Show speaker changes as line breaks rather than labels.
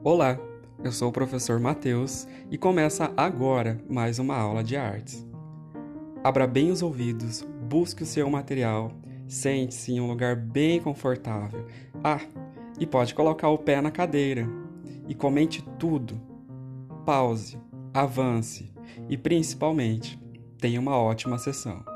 Olá, eu sou o professor Matheus e começa agora mais uma aula de artes. Abra bem os ouvidos, busque o seu material, sente-se em um lugar bem confortável. E pode colocar o pé na cadeira e comente tudo. Pause, avance e, principalmente, tenha uma ótima sessão.